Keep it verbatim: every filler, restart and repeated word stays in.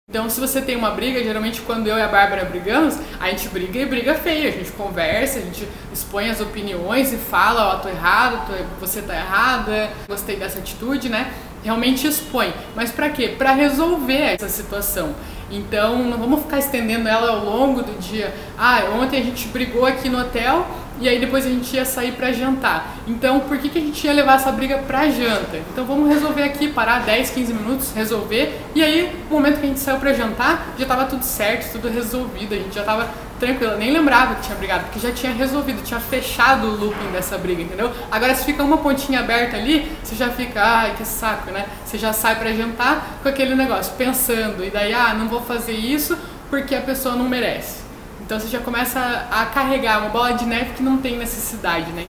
Então, se você tem uma briga, geralmente quando eu e a Bárbara brigamos, a gente briga e briga feia, a gente conversa, a gente expõe as opiniões e fala, ó, tô errado, tô, você tá errada, gostei dessa atitude, né? Realmente expõe. Mas pra quê? Pra resolver essa situação. Então, não vamos ficar estendendo ela ao longo do dia. Ah, ontem a gente brigou aqui no hotel e aí depois a gente ia sair pra jantar. Então, por que, que a gente ia levar essa briga pra janta? Então, vamos resolver aqui, parar dez, quinze minutos, resolver. E aí, no momento que a gente saiu pra jantar, já tava tudo certo, tudo resolvido. A gente já tava tranquila, nem lembrava que tinha brigado, porque já tinha resolvido, tinha fechado o looping dessa briga, entendeu? Agora, se fica uma pontinha aberta ali, você já fica, ai, que saco, né? Você já sai pra jantar com aquele negócio, pensando, e daí, ah, não vou fazer isso porque a pessoa não merece. Então você já começa a carregar uma bola de neve que não tem necessidade, né?